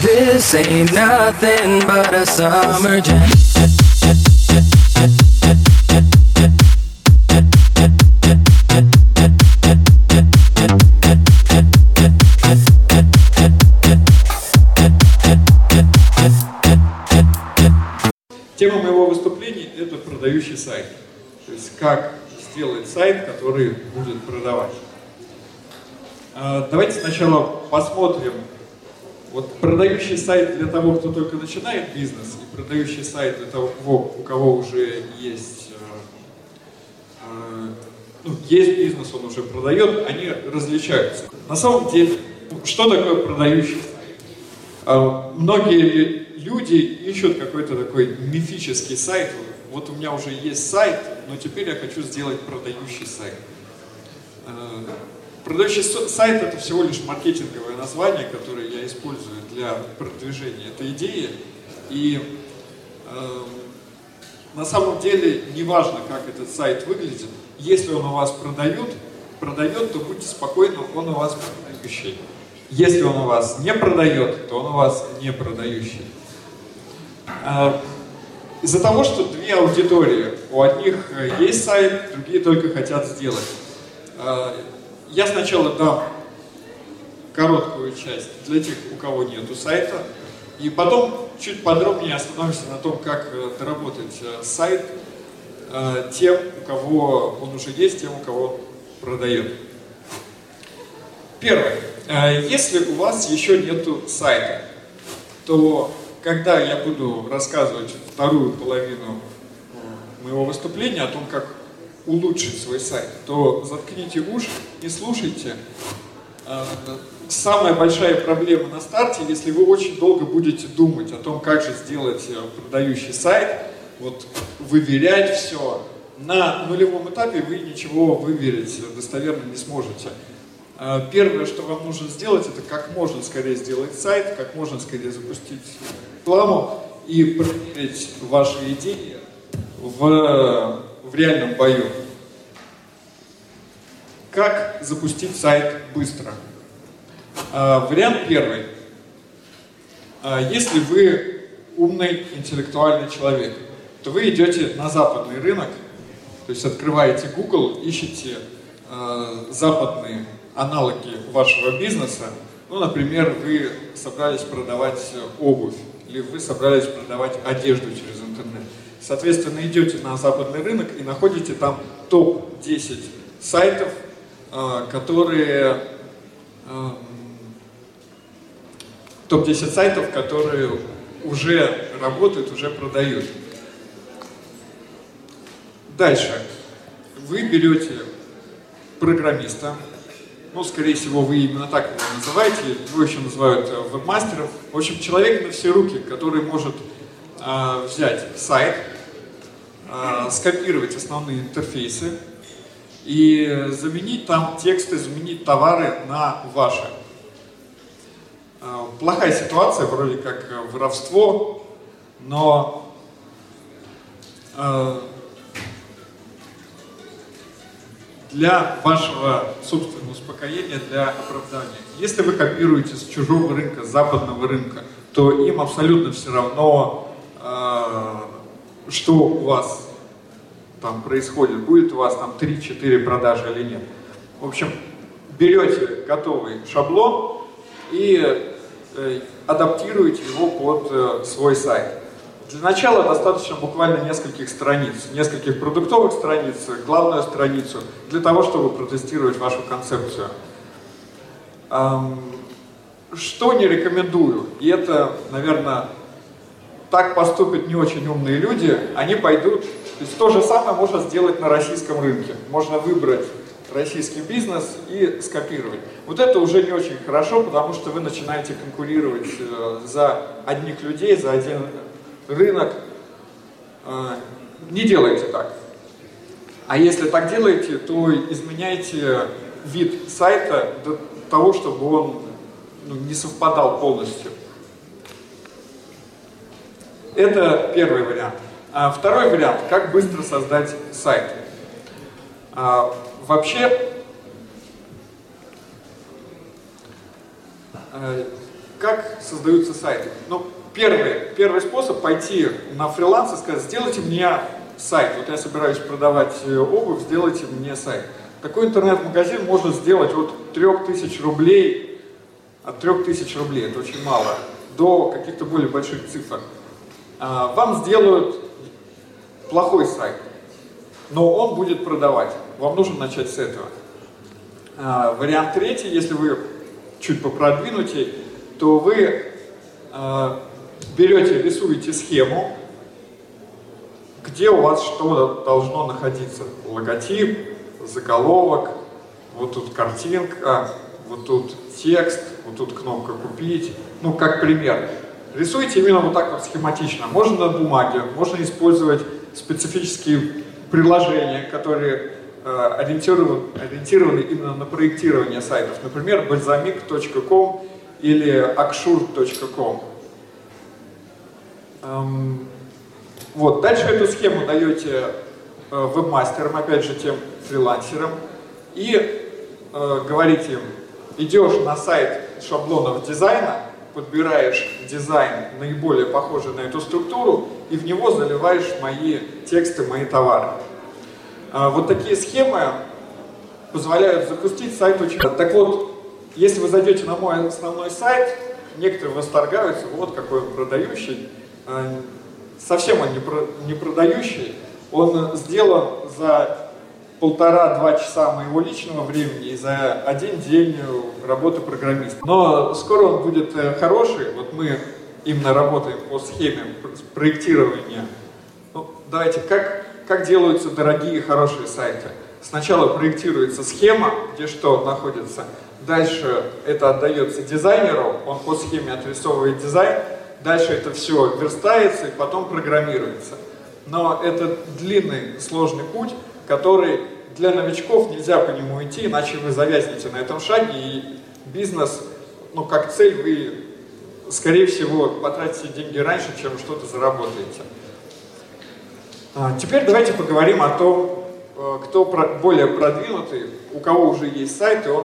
This ain't nothing but a summer jam. Тема моего выступления – это продающий сайт. То есть как сделать сайт, который будет продавать. Давайте сначала посмотрим. Вот продающий сайт для того, кто только начинает бизнес, и продающий сайт для того, у кого уже есть бизнес, он уже продает, они различаются. На самом деле, что такое продающий сайт? Многие люди ищут какой-то такой мифический сайт. Вот у меня уже есть сайт, но теперь я хочу сделать продающий сайт. Продающий сайт — это всего лишь маркетинговое название, которое я использую для продвижения этой идеи. И на самом деле не важно, как этот сайт выглядит. Если он у вас продает, то будьте спокойны, он у вас продающий. Если он у вас не продает, то он у вас не продающий. Из-за того, что две аудитории, у одних есть сайт, другие только хотят сделать. Я сначала дам короткую часть для тех, у кого нету сайта, и потом чуть подробнее остановимся на том, как доработать сайт тем, у кого он уже есть, тем, у кого он продает. Первое. Если у вас еще нету сайта, то когда я буду рассказывать вторую половину моего выступления о том, как улучшить свой сайт, то заткните уши и слушайте. Самая большая проблема на старте, если вы очень долго будете думать о том, как же сделать продающий сайт, вот выверять все, на нулевом этапе вы ничего выверить достоверно не сможете. Первое, что вам нужно сделать, это как можно скорее сделать сайт, как можно скорее запустить рекламу и проверить ваши идеи в реальном бою. Как запустить сайт быстро? Вариант первый. Если вы умный, интеллектуальный человек, то вы идете на западный рынок, то есть открываете Google, ищете западные аналоги вашего бизнеса. Ну, например, вы собрались продавать обувь, или вы собрались продавать одежду через интернет. Соответственно, идете на западный рынок и находите там топ-10 сайтов, которые уже работают, уже продают. Дальше. Вы берете программиста, ну, скорее всего, вы именно так его называете, его еще называют веб-мастером. В общем, человек на все руки, который может взять сайт, скопировать основные интерфейсы и заменить там тексты, заменить товары на ваши. Плохая ситуация, вроде как воровство, но для вашего собственного успокоения, для оправдания. Если вы копируете с чужого рынка, с западного рынка, то им абсолютно все равно, что у вас там происходит, будет у вас там 3-4 продажи или нет. В общем, берете готовый шаблон и адаптируете его под свой сайт. Для начала достаточно буквально нескольких страниц, нескольких продуктовых страниц, главную страницу, для того, чтобы протестировать вашу концепцию. Что не рекомендую, и это, наверное, так поступят не очень умные люди, они пойдут, то есть то же самое можно сделать на российском рынке. Можно выбрать российский бизнес и скопировать. Вот это уже не очень хорошо, потому что вы начинаете конкурировать за одних людей, за один рынок. Не делайте так. А если так делаете, то изменяйте вид сайта до того, чтобы он не совпадал полностью. Это первый вариант. Второй вариант – как быстро создать сайт. Вообще, как создаются сайты? Ну, первый способ пойти на фриланс и сказать, сделайте мне сайт. Вот я собираюсь продавать обувь, сделайте мне сайт. Такой интернет-магазин можно сделать от 3000 рублей, это очень мало, до каких-то более больших цифр. Вам сделают плохой сайт, но он будет продавать. Вам нужно начать с этого. Вариант третий, если вы чуть попродвинутее, то вы берете, рисуете схему, где у вас что должно находиться. Логотип, заголовок, вот тут картинка, вот тут текст, вот тут кнопка «Купить». Ну, как пример. Рисуйте именно вот так вот схематично. Можно на бумаге, можно использовать специфические приложения, которые ориентированы именно на проектирование сайтов. Например, balsamiq.com или akshur.com. Вот. Дальше эту схему даете вебмастерам, опять же, тем фрилансерам, и говорите им, идешь на сайт шаблонов дизайна, подбираешь дизайн, наиболее похожий на эту структуру, и в него заливаешь мои тексты, мои товары. Вот такие схемы позволяют запустить сайт очень... Так вот, если вы зайдете на мой основной сайт, некоторые восторгаются, вот какой он продающий. Совсем он не продающий, он сделан за 1,5-2 часа моего личного времени и за 1 день работы программиста. Но скоро он будет хороший, вот мы именно работаем по схеме проектирования. Ну, давайте, как делаются дорогие хорошие сайты? Сначала проектируется схема, где что находится, дальше это отдается дизайнеру, он по схеме отрисовывает дизайн, дальше это все верстается и потом программируется. Но это длинный, сложный путь, который для новичков нельзя по нему идти, иначе вы завязнете на этом шаге, и бизнес, ну, как цель, вы, скорее всего, потратите деньги раньше, чем что-то заработаете. Теперь давайте поговорим о том, кто более продвинутый, у кого уже есть сайт, и он